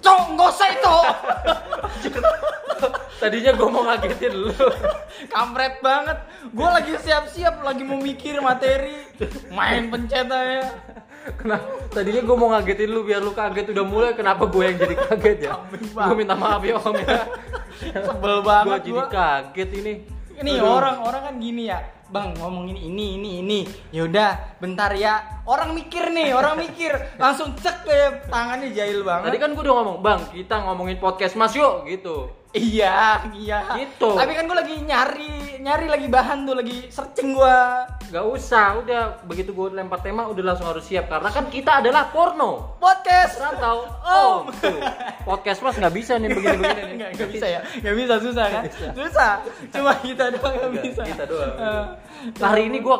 Cok, nggak usah itu. Tadinya gue mau ngagetin lu. Kampret banget. Gue lagi siap-siap, lagi mau mikir materi, main pencet aja. Kenapa? Tadinya gue mau ngagetin lu biar lu kaget, udah mulai kenapa gue yang jadi kaget ya? Gue minta maaf ya Om ya. Sebel banget gue jadi kaget ini. Ini orang kan gini ya, Bang ngomongin ini. Yaudah, bentar ya. Orang mikir, langsung cek kayak tangannya jahil banget. Tadi kan gue udah ngomong, Bang kita ngomongin podcast Mas yuk gitu. Iya. Gitu. Tapi kan gue lagi nyari lagi bahan tuh, lagi searching gue. Gak usah, udah begitu gue lempar tema udah langsung harus siap karena kan kita adalah porno. Podcast Rantau. Tuh. Podcast Mas nggak bisa nih begini-begini nih. Nggak bisa ya? Nggak bisa, susah kan? Susah. Cuma kita doang nggak bisa. Kita doang. Hari ini gue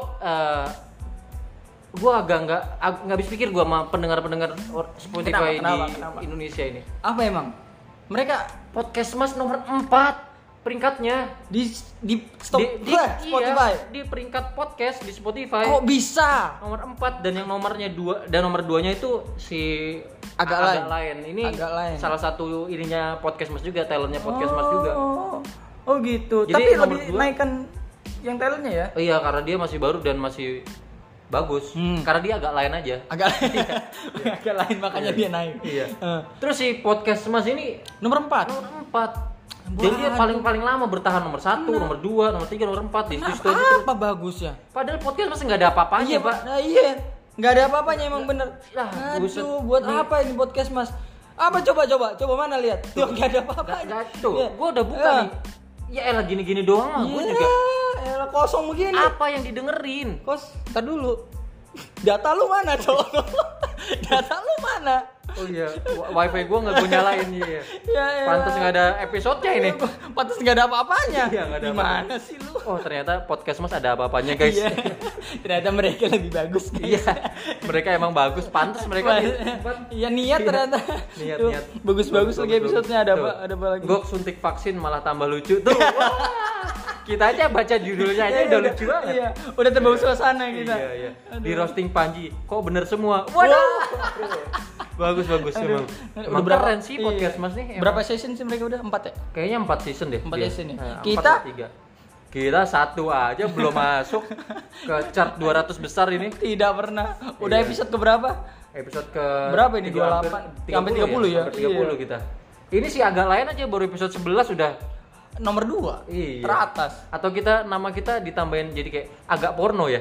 agak nggak habis pikir gue sama pendengar Spotify Kenapa? di Indonesia ini. Apa emang? Mereka Podcast Mas nomor 4 peringkatnya di Spotify. Iya, di peringkat podcast di Spotify. Kok bisa? Nomor 4 dan yang nomornya 2 dan nomor 2-nya itu si agak lain. Ini agak lain. salah satu ininya podcast Mas juga, talentnya podcast Mas juga. Oh gitu. Jadi tapi nomor lebih 2 naikkan yang talentnya ya? Oh iya, karena dia masih baru dan masih bagus. Karena dia agak lain aja. Agak lain makanya dia naik. Iya. Terus si podcast Mas ini Nomor 4. nomor 4. Jadi dia paling lama bertahan nomor 1, nomor 2, nomor 3, nomor 4 di situ. Apa bagusnya? Padahal podcast Mas nggak ada apa-apanya, Iya, Pak. Nah, iya. Nggak ada apa-apanya emang bener. buset. Aduh, buat apa ini podcast Mas? Apa coba mana lihat? Tuh nggak ada apa-apanya. Tuh, Iya. gua udah buka nih. Ya elah gini-gini doang mah, gua juga. Elah kosong begini. Apa yang didengerin? Ntar dulu. Data lu mana, cowok? Data lu mana? Oh iya, wifi gua nggak gua nyalain ya. Pantas nggak ada episode-nya ini. Pantas nggak ada apa-apanya. Iya, nggak ada Gimana sih lu? Oh ternyata podcast Mas ada apa-apanya guys. Iya. Ternyata mereka lebih bagus guys. Iya, mereka emang bagus. Pantas mereka. Iya niat ternyata. Niat. Bagus-bagus lagi episode-nya ada apa lagi? Gua suntik vaksin malah tambah lucu tuh. Kita aja baca judulnya aja udah lucu banget. Iya, udah terbawa suasana kita. Iya. Di roasting Panji, kok bener semua. Waduh. Bagus emang. Emang berapa keren sih podcast Mas nih. Berapa season sih mereka udah? 4 ya? Kayaknya 4 season deh. 4 season ya. Kita 3. Kita 1 aja belum masuk ke chart 200 besar ini. Tidak pernah. Udah episode ke berapa? Episode ke berapa ini? 28 sampai 30 ya? Sampai 30 kita. Ini sih agak lain aja, baru episode 11 sudah nomor 2. Iya. Teratas. Atau nama kita ditambahin jadi kayak agak porno ya.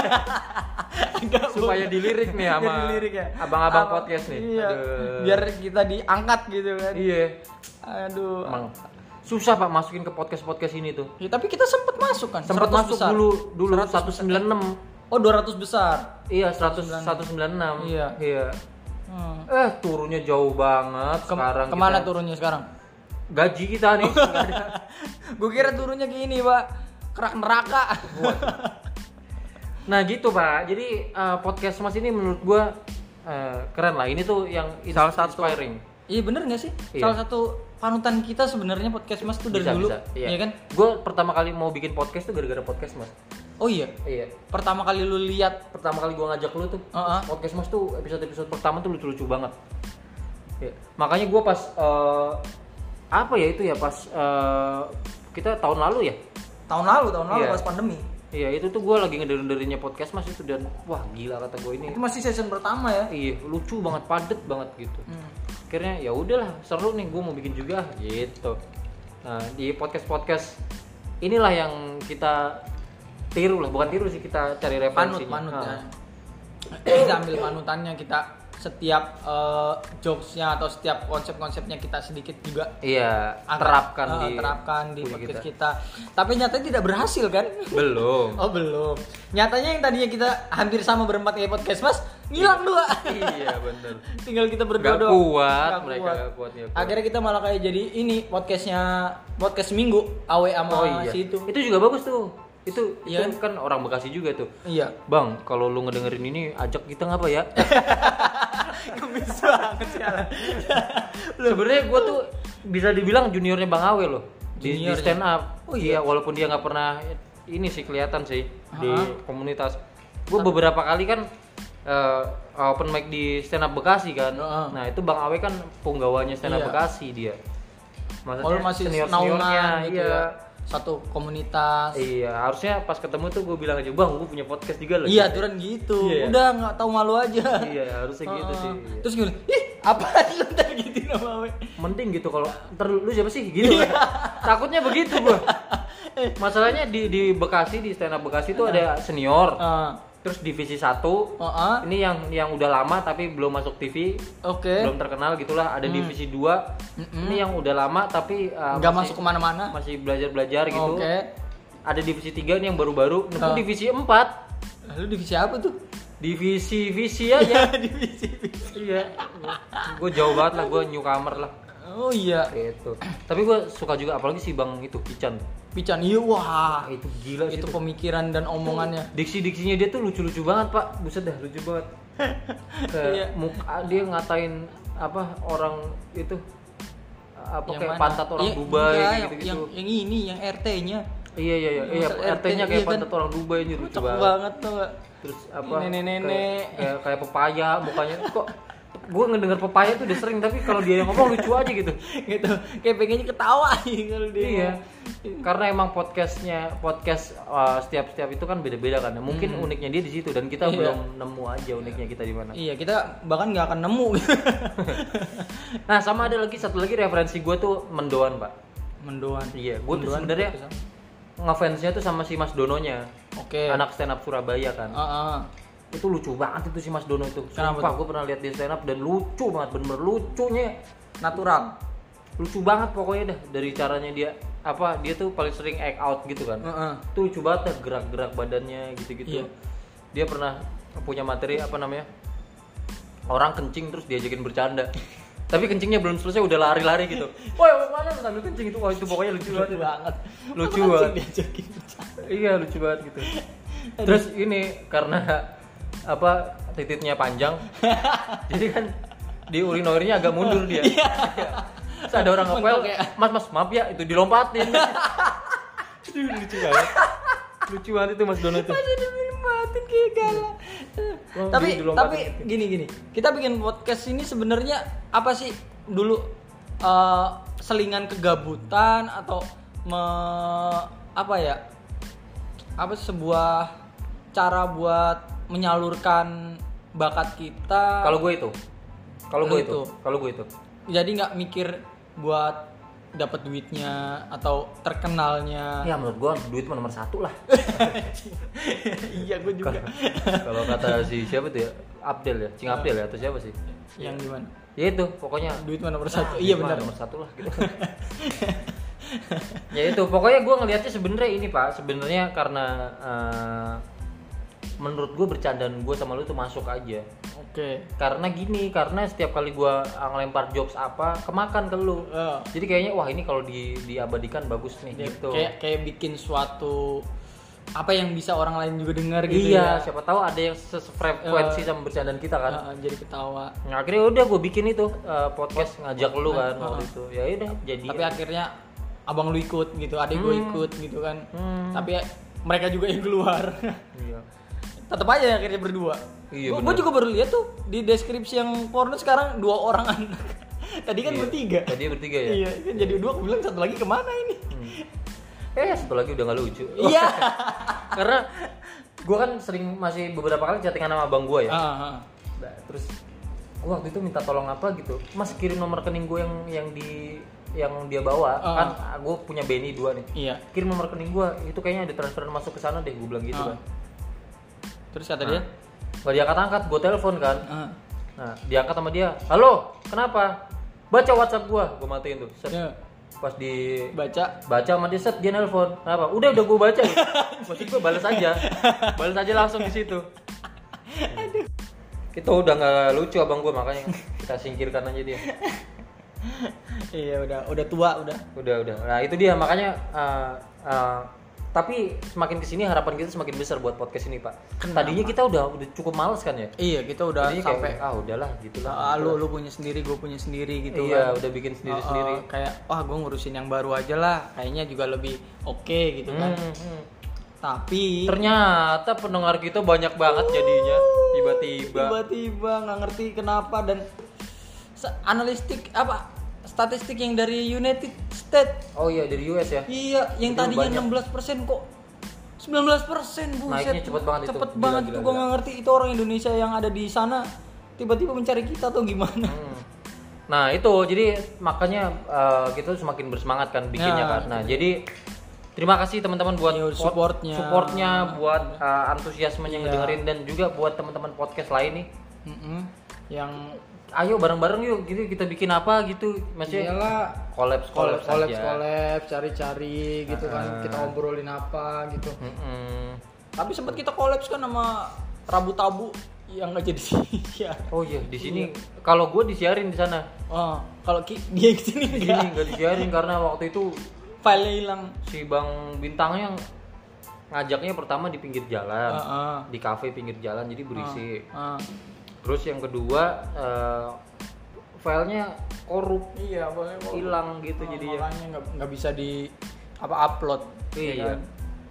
Supaya dilirik nih sama abang-abang podcast nih. Iya. Biar kita diangkat gitu kan. Iya. Aduh. Emang susah Pak masukin ke podcast ini tuh. Ya, tapi kita sempat masuk kan. Sempat masuk besar. dulu 196. Oh 200 besar. Iya 196. Iya. Turunnya jauh banget sekarang. Kemana turunnya sekarang? Gaji kita nih. Gue kira turunnya gini Pak, kerak neraka. Nah gitu Pak, jadi podcast Mas ini menurut gue keren lah. Ini tuh yang salah satu inspiring. Iya bener nggak sih? Iya. Salah satu panutan kita sebenarnya podcast Mas tuh dari dulu. Iya kan? Gue pertama kali mau bikin podcast tuh gara-gara podcast Mas. Oh iya. Iya. Pertama kali lu lihat, pertama kali gue ngajak lu tuh podcast Mas tuh episode pertama tuh lucu-lucu banget. Iya. Makanya gue pas pas kita tahun lalu ya? Tahun lalu Iya. pas pandemi. Iya itu tuh gue lagi ngederinnya podcast Mas itu dan wah gila kata gue ini. Itu masih season pertama ya? Iya lucu banget, padet banget gitu. Akhirnya ya udahlah seru nih gue mau bikin juga gitu. Nah di podcast inilah yang kita tiru lah, bukan tiru sih, kita cari referensinya. Panut ya. Kita ambil panutannya, kita setiap jokesnya atau setiap konsep-konsepnya kita sedikit juga terapkan di podcast kita. Tapi nyatanya tidak berhasil kan? Belum. Oh belum. Nyatanya yang tadinya kita hampir sama berempat kayak podcast Mas, ngilang 2. Iya benar. Tinggal kita berdua doang. Mereka gak kuat. Akhirnya kita malah kayak jadi ini podcast seminggu awe sama si itu. Itu juga bagus tuh. Itu kan orang Bekasi juga tuh. Iya. Bang, kalau lu ngedengerin ini ajak kita ngapa ya? Kemis banget sih. Sebenarnya gue tuh bisa dibilang juniornya Bang Awe loh. Di stand up. Oh iya, walaupun dia nggak pernah ini sih kelihatan sih di komunitas. Gue beberapa kali kan open mic di stand up Bekasi kan. Nah itu Bang Awe kan penggawanya stand up Bekasi dia. Maksudnya masih naungan gitu ya. Satu komunitas. Iya, harusnya pas ketemu tuh gue bilang aja, Bang, gue punya podcast juga loh. Iya, aturan gitu. Iya. Udah nggak tahu malu aja. Iya, harusnya gitu sih. Iya. Terus gue, ih, apa lu ntar gitu nama? Mending gitu kalau ntar lu siapa sih gitu. Takutnya begitu gue. Masalahnya di Bekasi, di stand up Bekasi tuh ada senior. Terus divisi 1, ini yang udah lama tapi belum masuk TV, belum terkenal gitulah. Ada divisi 2, ini yang udah lama tapi nggak masuk kemana-mana, masih belajar gitu. Ada divisi 3 ini yang baru-baru. Divisi 4. Lalu divisi apa tuh? Divisi aja. Divisi. Iya. Gue jauh banget lah, gue newcomer lah. Oh iya. Gitu. Tapi gue suka juga, apalagi si Bang itu Pican, iya, wah itu gila sih. Itu pemikiran dan omongannya. Diksi-diksinya dia tuh lucu-lucu banget, Pak. Buset dah, lucu banget. Kayak muka dia ngatain apa orang itu apa yang kayak mana? Pantat orang Dubai gitu-gitu. Yang ini, yang RT-nya. Iya, RT-nya kayak iya, pantat kan? Orang Dubai aja lucu banget tuh. Terus apa? Nenek-nenek kayak pepaya mukanya kok. Gue ngedenger pepaya tuh udah sering, tapi kalau dia yang ngomong lucu aja gitu. Kayak pengennya ketawa kalau dia. Iya. Karena emang podcast setiap itu kan beda-beda kan. Mungkin uniknya dia di situ dan kita belum nemu aja uniknya kita di mana. Iya, kita bahkan nggak akan nemu. Nah, sama ada lagi satu lagi referensi gue tuh Mendoan, Pak. Mendoan. Iya, gue tuh sebenarnya ngefansnya tuh sama si Mas Dononya. Anak stand up Surabaya kan. Itu lucu banget itu si Mas Dono itu. Sumpah gue pernah lihat dia stand up dan lucu banget, bener-bener lucunya natural. Lucu banget pokoknya dah, dari caranya dia tuh paling sering act out gitu kan. Itu lucu banget dah, gerak-gerak badannya gitu-gitu. Dia pernah punya materi apa namanya? Orang kencing terus diajakin bercanda. Tapi kencingnya belum selesai udah lari-lari gitu. Woi, mana sambil kencing itu? Wah, itu pokoknya lucu banget. Lucu banget. Iya, lucu banget gitu. Terus ini karena titiknya panjang. Jadi kan di urinoirnya agak mundur dia. Terus ada orang ngepel, Mas maaf ya, itu dilompatin. Itu lucu banget. Lucu banget itu Mas Dono itu. Masih dilompatin kayak galak. Tapi gini. Kita bikin podcast ini sebenarnya apa sih dulu selingan kegabutan atau sebuah cara buat menyalurkan bakat kita. Kalau gue itu. Jadi nggak mikir buat dapat duitnya atau terkenalnya. Ya menurut gue duit nomor 1 lah. Iya, gue juga. Kalau kata si siapa tuh ya, Abdel ya, Cing Abdel ya atau siapa sih? Yang gimana? Ya itu pokoknya duit nomor 1. Iya benar, nomor 1 lah gitu. Ya itu pokoknya gue ngelihatnya sebenarnya ini Pak, sebenarnya karena menurut gue bercandaan gue sama lu tuh masuk aja. Karena setiap kali gue ngelempar jokes kemakan ke lu. Jadi kayaknya wah ini kalau diabadikan bagus nih gitu. Kayak bikin suatu apa yang bisa orang lain juga dengar gitu. Iya, siapa tahu ada yang sefrekuensi sama bercandaan kita kan. Jadi ketawa. Nah, akhirnya udah gue bikin itu podcast ngajak lu kan waktu itu. Ya udah jadi. Tapi akhirnya abang lu ikut gitu, adik gue ikut gitu kan. Tapi mereka juga yang keluar. Iya. Tetap aja akhirnya berdua. Iya, gue juga baru lihat tuh di deskripsi yang porno sekarang 2 orang anak. Tadi kan bertiga. Tadi bertiga ya. Iya, kan jadi 2. Gue bilang satu lagi kemana ini? Satu lagi udah nggak lucu. Iya. Karena gue kan masih beberapa kali chattingan sama abang gue ya. Nah, terus gue waktu itu minta tolong apa gitu. Mas kirim nomor rekening gue yang dia bawa. Kan gue punya BNI 2 nih. Iya. Kirim nomor rekening gue. Itu kayaknya ada transferan masuk ke sana deh. Gue bilang gitu kan. Terus kata dia? Gak diangkat-angkat, gue telepon kan. Nah, diangkat sama dia. Halo, kenapa? Baca WhatsApp gue matiin tuh. Pas dibaca sama dia dia nelpon. Kenapa? Udah gue baca. Maksud gue balas aja langsung di situ. Aduh. Itu udah nggak lucu abang gue, makanya kita singkirkan aja dia. Iya udah tua udah. Nah itu dia makanya. Tapi semakin kesini harapan kita semakin besar buat podcast ini Pak. Kenapa? Tadinya kita udah cukup males kan ya. Iya kita udah tadinya sampai kayak, udahlah gitulah. Lu punya sendiri, gue punya sendiri gitu kan. Iya udah bikin sendiri. Kayak gue ngurusin yang baru aja lah. Kayaknya juga lebih oke gitu kan. Tapi ternyata pendengar kita banyak banget jadinya tiba-tiba nggak ngerti kenapa. Dan analistik statistik yang dari United States. Oh iya, dari US ya. Iya, yang itu tadinya banyak. 16% kok 19%. Buset. Naiknya cepet banget itu. Cepet banget itu. Gue nggak ngerti itu orang Indonesia yang ada di sana tiba-tiba mencari kita atau gimana. Nah itu jadi makanya kita semakin bersemangat kan bikinnya kan. Nah jadi terima kasih teman-teman buat supportnya, buat antusiasmenya ngedengerin, dan juga buat teman-teman podcast lain nih. Yang ayo bareng-bareng yuk gitu, kita bikin apa gitu, maksudnya collab cari-cari gitu kan, kita ngobrolin apa gitu. Tapi sempat kita collab kan sama Rabu Tabu yang nggak jadi siar. Oh iya, di sini kalau gue disiarin di sana. Oh, kalau dia di sini nggak disiarin karena waktu itu filenya hilang. Si Bang Bintangnya ngajaknya pertama di pinggir jalan, di kafe pinggir jalan, jadi berisi. Terus yang kedua filenya korup, hilang gitu, jadi makanya nggak bisa di upload. Iya. Kan?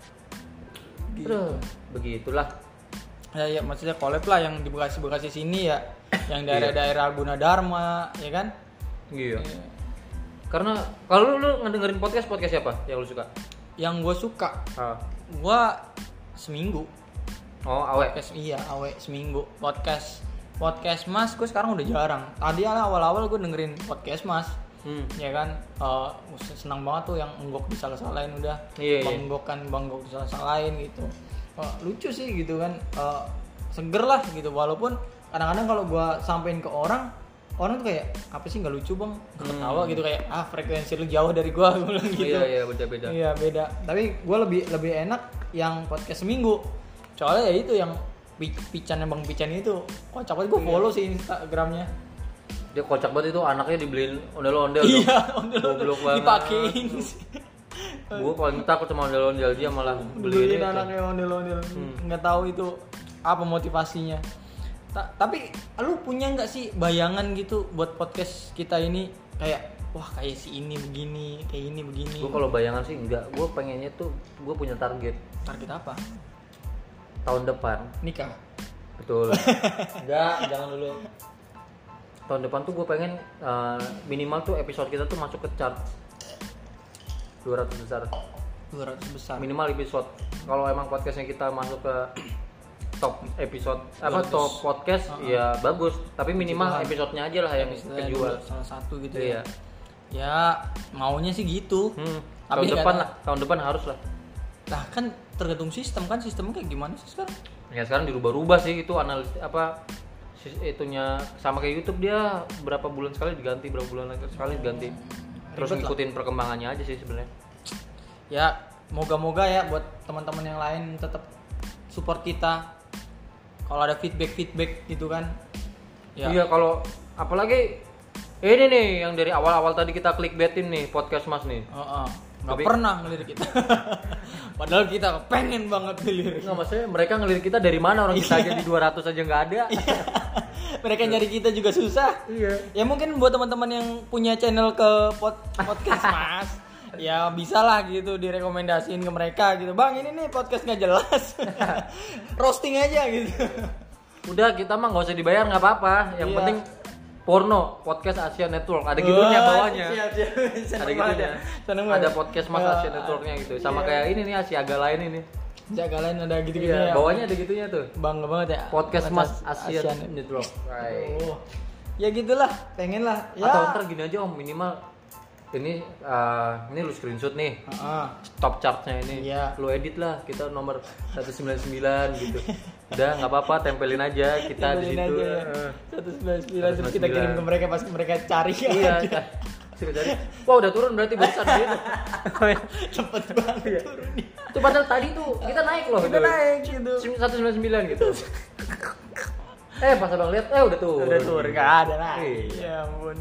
Gitu. Begitulah. Ya maksudnya collab lah yang di Bekasi sini ya, yang daerah-daerah Gunadarma, ya kan? Iya. Karena kalau lu ngedengerin podcast siapa yang lu suka? Yang gue suka, gue seminggu. Oh, Awe. Awe seminggu. Podcast Mas, gue sekarang udah jarang. Tadi awal-awal gue dengerin podcast Mas, ya kan, senang banget tuh yang enggok disalah-salahin udah, Bang Gok disalah-salahin gitu. Lucu sih gitu kan, seger lah gitu. Walaupun kadang-kadang kalau gue sampein ke orang tuh kayak apa sih, nggak lucu bang, ketawa gitu, kayak frekuensi lu jauh dari gue bilang gitu. Iya beda. Iya beda. Tapi gue lebih enak yang podcast seminggu. Soalnya ya itu yang Pican Bang Pican itu kocak banget, gue follow sih Instagramnya. Dia kocak banget itu, anaknya dibeliin ondel-ondel. Iya, ondel-ondel dipakein. Gue paling takut sama ondel-ondel, dia malah beliin anaknya ondel-ondel. Nggak tahu itu apa motivasinya. Tapi lu punya nggak sih bayangan gitu buat podcast kita ini, kayak wah kayak si ini begini, kayak ini begini? Gue kalau bayangan sih enggak, gue pengennya tuh gue punya target. Target apa? Tahun depan nikah. Betul. Enggak, jangan dulu. Tahun depan tuh gue pengen minimal tuh episode kita tuh masuk ke chart 200 besar minimal episode. Kalau emang podcastnya kita masuk ke top episode top podcast, ya bagus, tapi minimal episodenya aja lah yang kejual salah satu gitu. Iya. Ya maunya sih gitu. Tapi tahun depan harus lah. Nah kan tergantung sistemnya kayak gimana sih sekarang? Ya sekarang dirubah-rubah sih itu, analis itunya sama kayak YouTube, dia berapa bulan sekali diganti, berapa bulan sekali diganti. Terus ngikutin perkembangannya aja sih sebenarnya. Ya moga-moga ya buat teman-teman yang lain tetap support kita. Kalau ada feedback gitu kan. Ya. Iya, kalau apalagi ini nih yang dari awal-awal tadi kita clickbaitin nih podcast Mas nih. Nggak pernah ngelirik kita. Padahal kita pengen banget ngelirik. Nggak, maksudnya mereka ngelirik kita dari mana, orang kita aja di 200 aja nggak ada. Mereka nyari kita juga susah. Iya. Ya mungkin buat teman-teman yang punya channel ke podcast Mas, ya bisa lah gitu direkomendasiin ke mereka gitu. Bang ini nih podcast nggak jelas. Roasting aja gitu. Udah, kita mah nggak usah dibayar, nggak apa-apa. Yang penting porno podcast Asia Network, ada gitunya bawahnya. Siap. Ada gitunya. Ada podcast Mas Asia Networknya gitu. Sama kayak ini nih Asia Lain ini. Asia Lain ada gitu-gitu ya. Bawahnya ada gitunya tuh. Bangga banget ya. Podcast Mas Asia Network. Ya gitulah, pengen lah. Ya. Atau ntar gini aja Om, minimal ini lu screenshot nih. Top chartnya ini. Lu edit lah, kita nomor 199 gitu. Udah nggak apa-apa, tempelin aja kita di situ. 199 terus kita kirim ke mereka pas mereka cari aja. Cari. Wah udah turun berarti barusan gitu. Cepet banget turunnya. Itu padahal tadi tuh kita naik loh. Kita naik gitu. 199 gitu. Pas abang lihat udah turun. Udah turun, nggak ada lagi. Ya ampun.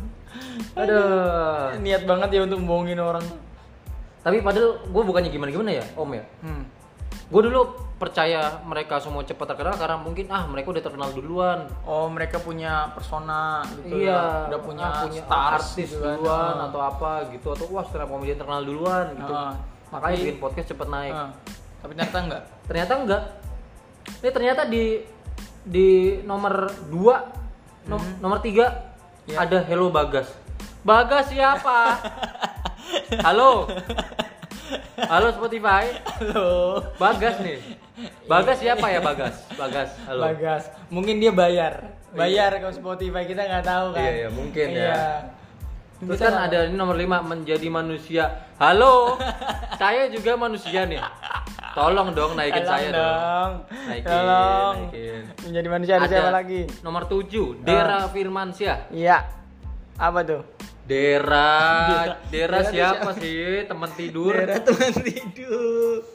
Aduh. Niat banget ya untuk bohongin orang. Tapi padahal gue bukannya gimana-gimana ya Om ya. Gue dulu percaya mereka semua cepat terkenal karena mungkin mereka udah terkenal duluan. Oh, mereka punya persona gitu. Iya, udah punya artis gitu duluan atau apa gitu, atau stand up comedian terkenal duluan gitu. Makanya bikin podcast cepet naik. Tapi ternyata enggak. Ternyata enggak. Ini ternyata di nomor 2, nomor 3 ada Hello Bagas. Bagas siapa? Halo. Halo Spotify. Halo. Bagas nih. Bagas siapa ya Bagas? Bagas. Halo. Bagas. Mungkin dia bayar ke Spotify, kita nggak tahu kan. Iya, mungkin ya. Terus kan ada ini nomor 5, menjadi manusia. Halo. Saya juga manusia nih. Tolong dong naikin saya dong. Naikin. Menjadi manusia ada siapa lagi? Nomor 7, Dera Firmansyah. Iya. Apa tuh? Dera siapa sih? Teman tidur. Dera teman tidur.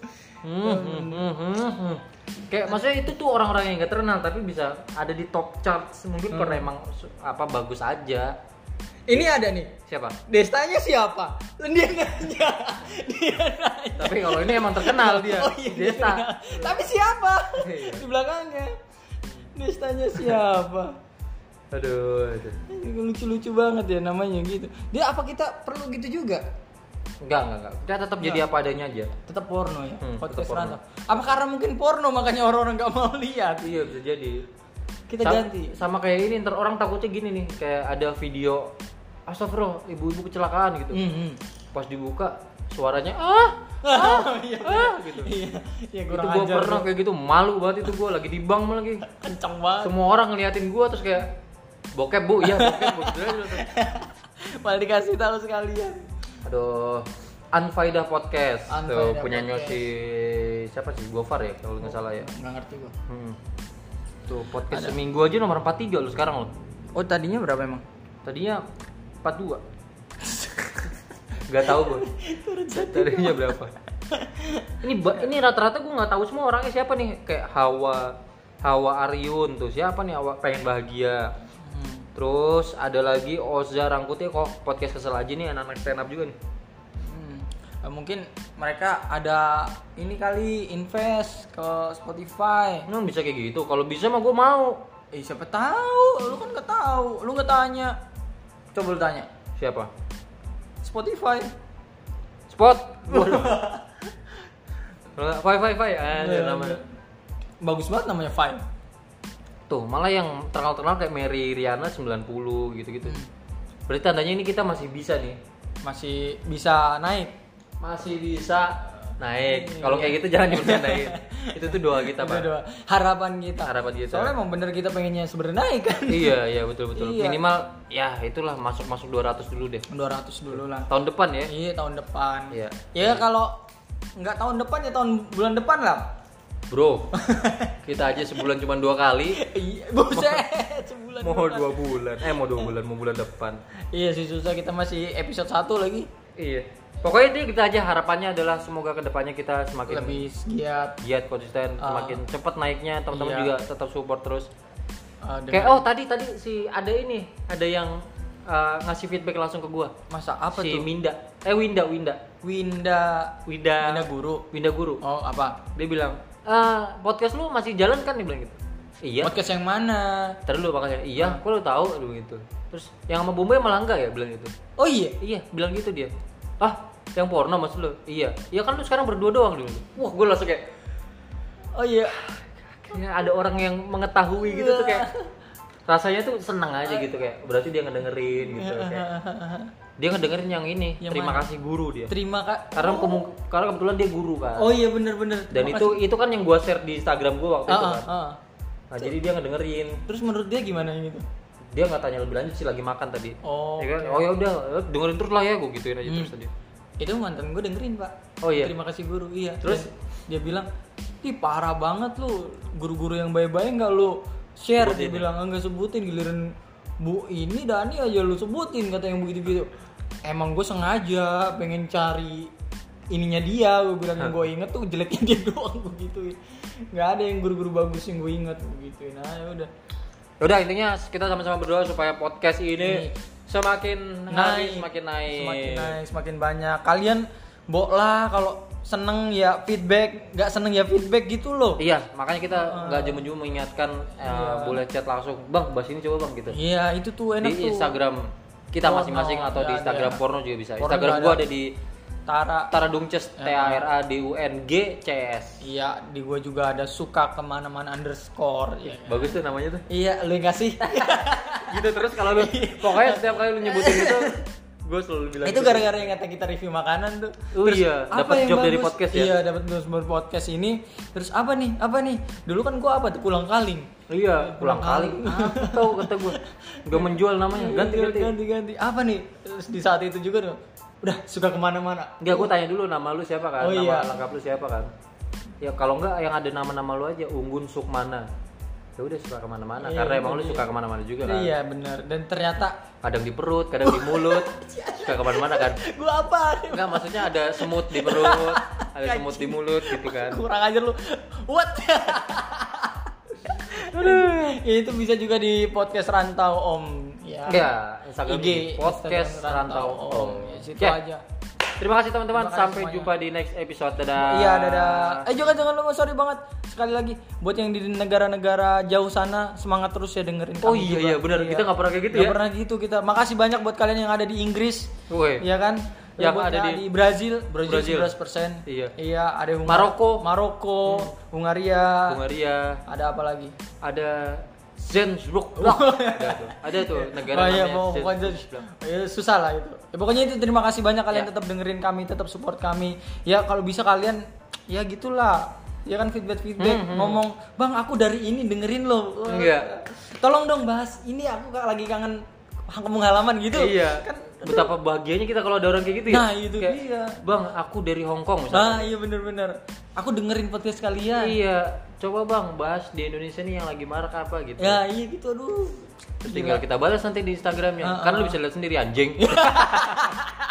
Kayak maksudnya itu tuh orang-orang yang nggak terkenal tapi bisa ada di top charts, mungkin karena emang bagus aja. Ini ada nih. Siapa? Destanya siapa? Dia nanya. Tapi kalau ini emang terkenal dia. Oh, iya, Desta. Tapi siapa? Di belakangnya. Destanya siapa? Aduh. Lucu-lucu banget ya namanya gitu. Dia apa kita perlu gitu juga? Enggak. Kita tetap jadi apa adanya aja. Tetap porno ya. Podcast porno. rantau. Apa karena mungkin porno makanya orang-orang nggak mau lihat? Iya bisa jadi. Kita ganti. Sama kayak ini, ntar orang takutnya gini nih, kayak ada video astagfirullah ibu-ibu kecelakaan gitu. Pas dibuka suaranya gitu. Iya, itu gue pernah kayak gitu, malu banget itu gue lagi di bank lagi. Kenceng banget. Semua orang ngeliatin gue terus kayak bokep bu, iya bokep bu. Malah dikasih tahu sekalian. Aduh, Unfaedah Podcast. Tuh punyanya Podcast. si siapa sih? Gofar ya kalau nggak salah ya. Nggak ngerti gua. Tuh podcast seminggu aja nomor 43 lo sekarang lo. Oh tadinya berapa emang? Tadinya 42. Gak tahu gue. Tadinya berapa? Ini rata-rata gue nggak tahu semua orangnya siapa nih. Kayak Hawa Aryun tuh siapa nih? Pengen bahagia. Terus ada lagi Oza Rangkuti, kok podcast kesel aja nih, anak-anak stand up juga nih. Mungkin mereka ada ini kali invest ke Spotify. Emang bisa kayak gitu? Kalau bisa mah gue mau. Siapa tahu? Lu kan nggak tahu. Lu nggak tanya. Coba lu tanya. Siapa? Spotify. Spot. Fi. Ada namanya. Bagus banget namanya Fi. Tuh, malah yang terkenal kayak Mary Riana 90 gitu-gitu. Berarti tandanya ini kita masih bisa nih. Masih bisa naik. Masih bisa naik. Kalau kayak gitu jangan dibercandain. Itu tuh doa kita, Pak. Doa. Harapan kita. Soalnya emang bener kita pengennya sebenarnya naik kan. Iya, betul. Iya. Minimal ya itulah masuk 200 dulu deh. 200 dulu lah. Tahun depan ya? Iya, tahun depan. Iya. Ya kalau nggak tahun depan ya bulan depan lah. Bro, kita aja sebulan cuma 2 kali. Iya, buset, sebulan. Mau 2 bulan. Mau 2 bulan, mau bulan depan. Iya sih susah, kita masih episode 1 lagi. Iya. Pokoknya itu kita aja harapannya adalah semoga kedepannya kita semakin lebih giat konsisten, semakin cepat naiknya, teman-teman juga tetap support terus. Kayak tadi si ada yang ngasih feedback langsung ke gua. Masa apa si tuh? Winda Guru. Oh, apa? Dia bilang, podcast lu masih jalan kan? Dia bilang gitu. Iya. Podcast yang mana? Terus lu makanya, iya, kok lu tahu lu gitu. Terus yang sama Bombay malah enggak ya bilang gitu. Oh iya? Iya, bilang gitu dia. Yang porno maksud lu? Iya. Ya kan lu sekarang berdua doang dulu. Wah, gua langsung kayak, oh iya. Akhirnya ada orang yang mengetahui gitu tuh kayak rasanya tuh senang aja gitu kayak berarti dia ngedengerin gitu kayak. Dia ngedengerin yang ini. Yang terima kasih guru dia. Karena kebetulan dia guru kan. Oh iya bener. Dan itu kan yang gua share di Instagram gua waktu itu kan. Nah, jadi dia ngedengerin. Terus menurut dia gimana gitu? Dia nggak tanya lebih lanjut sih, lagi makan tadi. Oh. Ya kan? Oh ya udah, dengerin terus lah ya, gua gituin aja terus tadi. Itu mantan gue dengerin, Pak. Oh iya. Terima kasih guru. Iya. Terus dia bilang, "Ih, parah banget lu. Guru-guru yang baik-baik enggak lu share." Dia bilang, "Enggak sebutin, giliran Bu ini Dani aja lu sebutin," kata yang begitu-gitu. Emang gue sengaja pengen cari ininya dia, gue bilang yang gue inget tuh jeleknya dia doang begitu. Nggak ada yang guru-guru bagus yang gue inget begitu. Nah, ya udah. Udah, intinya kita sama-sama berdoa supaya podcast ini semakin naik, semakin banyak. Kalian lah kalau seneng ya feedback, nggak seneng ya feedback gitu loh. Iya, makanya kita nggak jemu-jemu mengingatkan boleh chat langsung, Bang, bahas ini coba Bang gitu. Iya, itu tuh enak di tuh. Instagram kita masing-masing atau di Instagram porno juga bisa. Porno Instagram gua ada di Tara Dungces, TARADUNGCS. Iya, di gue juga ada suka kemana-mana underscore. Ya. Bagus tuh namanya tuh. Iya, lu yang kasih. Gitu terus kalau lu pokoknya setiap kali lu nyebutin itu gue selalu bilang itu gitu. gara-gara yang kata kita review makanan tuh. Oh iya, dapat job bagus dari podcast ya. Iya, dapat job dari podcast ini. Terus apa nih? Dulu kan gua apa tuh pulang kaling. Iya, pulang kaling. Apa tahu kata gua. Enggak menjual namanya. Ganti. Apa nih? Terus di saat itu juga tuh udah suka kemana-mana. Enggak, gua tanya dulu nama lu siapa kan? Oh, iya. Nama lengkap lu siapa kan? Ya kalau enggak yang ada nama-nama lu aja, Unggun Sukmana. Ya udah suka kemana-mana karena emang lu suka kemana-mana juga kan. Iya benar, dan ternyata kadang di perut, kadang di mulut, suka kemana-mana kan. Gua apa? Enggak, maksudnya ada semut di perut, ada semut di mulut gitu kan. Kurang ajar lu. What? Itu bisa juga di podcast Rantau Om ya. Ya, Instagram IG podcast Instagram Rantau Om. Situ aja. Terima kasih teman-teman, sampai jumpa di next episode. Dadah. Iya, dadah. Jangan lupa, sorry banget sekali lagi buat yang di negara-negara jauh sana, semangat terus ya dengerin kami. Oh juga. iya benar, kita nggak pernah kayak gitu ya. Nggak pernah gitu kita. Makasih banyak buat kalian yang ada di Inggris. Iya kan? Yang ada di Brazil 11%. Iya, ada Maroko, Hungaria. Ada apa lagi? Ada Zensbrook. Ada tuh negara namanya. Susah lah itu. Ya, pokoknya itu terima kasih banyak kalian tetap dengerin kami, tetap support kami. Ya kalau bisa kalian ya gitulah. Ya kan feedback ngomong, "Bang, aku dari ini dengerin lo." Iya. Tolong dong bahas ini, aku lagi kangen kampung halaman gitu. Iya. Kan betapa bahagianya kita kalau ada orang kayak gitu ya. Nah, itu dia. "Bang, aku dari Hong Kong misalnya." Nah, iya bener. Aku dengerin podcast kalian. Iya. Coba Bang bahas di Indonesia nih yang lagi marak apa gitu. Ya, iya gitu aduh. Terus tinggal kita balas nanti di Instagramnya. Kan lu bisa lihat sendiri anjing.